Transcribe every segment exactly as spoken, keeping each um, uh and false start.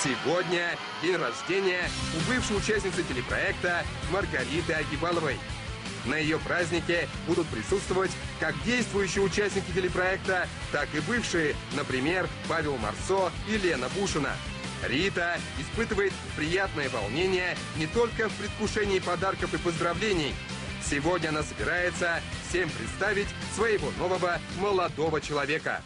Сегодня день рождения у бывшей участницы телепроекта Маргариты Агибаловой. На ее празднике будут присутствовать как действующие участники телепроекта, так и бывшие, например, Павел Марсо и Лена Бушина. Рита испытывает приятное волнение не только в предвкушении подарков и поздравлений. Сегодня она собирается всем представить своего нового молодого человека.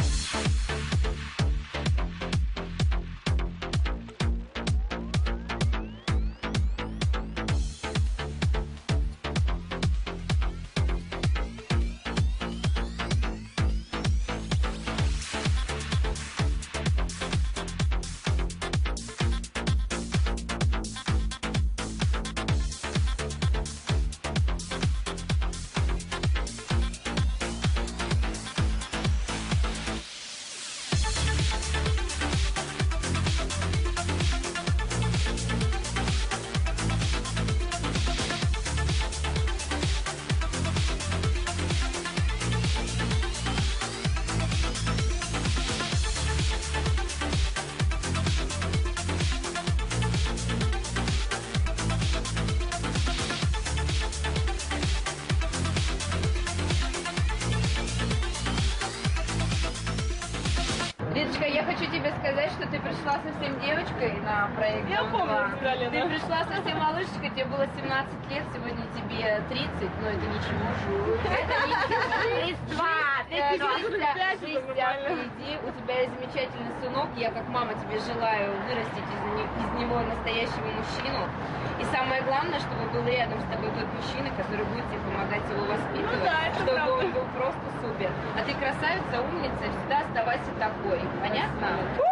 Риточка, я хочу тебе сказать, что ты пришла совсем девочкой на проект. Я помню, сказали, Ты да. пришла совсем малышечкой, тебе было семнадцать лет, сегодня тебе тридцать, но это ничего. Это ничего. Иства, ты впереди, у тебя есть замечательный сынок, я как мама тебе желаю вырастить из, из него настоящего мужчину. И самое главное, чтобы был рядом с тобой тот мужчина, который будет тебе помогать его воспитывать, ну да, чтобы правда. он был просто супер. А ты красавица, умница, всегда оставайся такой. Понятно?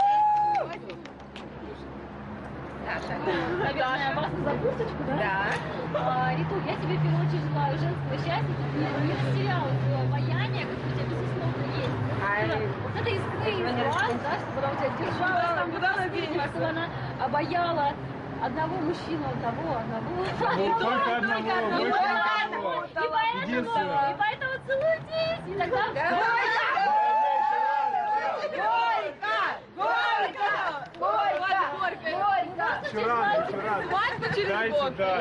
Наверное, вас на запусочку, да? Да. А, Риту, я тебе в первую очередь желаю женского счастья, чтобы ты не растерял свое обаяние, которое у тебя, безусловно, есть. Ай. Вот это искры из глаз, да, чтобы она у тебя держалась, там, куда она денется? чтобы она обаяла одного мужчину, того, одного. Только одного, больше никого. И поэтому, Единственного. и поэтому целуйтесь, и тогда... Горько! Горько! Еще рано, еще рано. Свадьба через Дайте, год. да.